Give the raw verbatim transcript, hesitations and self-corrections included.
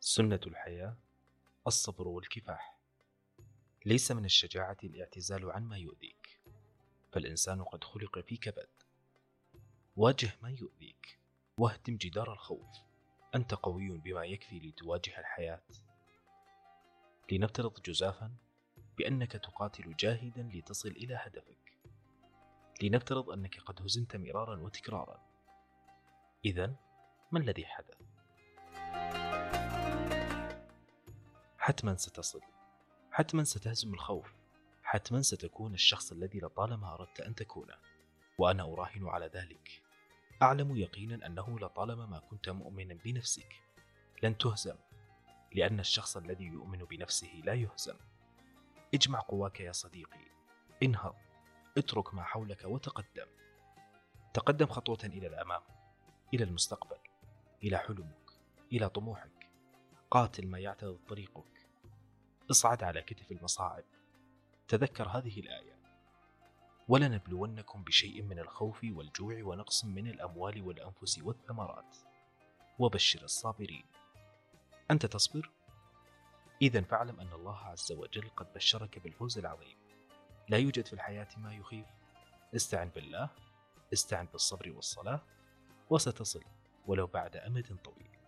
سنة الحياة الصبر والكفاح. ليس من الشجاعة الاعتزال عن ما يؤذيك، فالإنسان قد خلق في كبد. واجه ما يؤذيك واهدم جدار الخوف. أنت قوي بما يكفي لتواجه الحياة. لنفترض جزافا بأنك تقاتل جاهدا لتصل إلى هدفك. لنفترض أنك قد هزمت مرارا وتكرارا. إذن ما الذي حدث؟ حتما ستصل، حتما ستهزم الخوف، حتما ستكون الشخص الذي لطالما أردت أن تكونه، وأنا أراهن على ذلك. أعلم يقينا أنه لطالما ما كنت مؤمنا بنفسك لن تهزم، لأن الشخص الذي يؤمن بنفسه لا يهزم. اجمع قواك يا صديقي، انهض، اترك ما حولك وتقدم. تقدم خطوة إلى الأمام، إلى المستقبل، إلى حلمك، إلى طموحك. قاتل ما يعترض طريقك، اصعد على كتف المصاعب. تذكر هذه الآية: ولنبلونكم بشيء من الخوف والجوع ونقص من الأموال والأنفس والثمرات وبشر الصابرين. أنت تصبر؟ إذن فاعلم أن الله عز وجل قد بشرك بالفوز العظيم. لا يوجد في الحياة ما يخيف. استعن بالله، استعن بالصبر والصلاة، وستصل ولو بعد أمد طويل.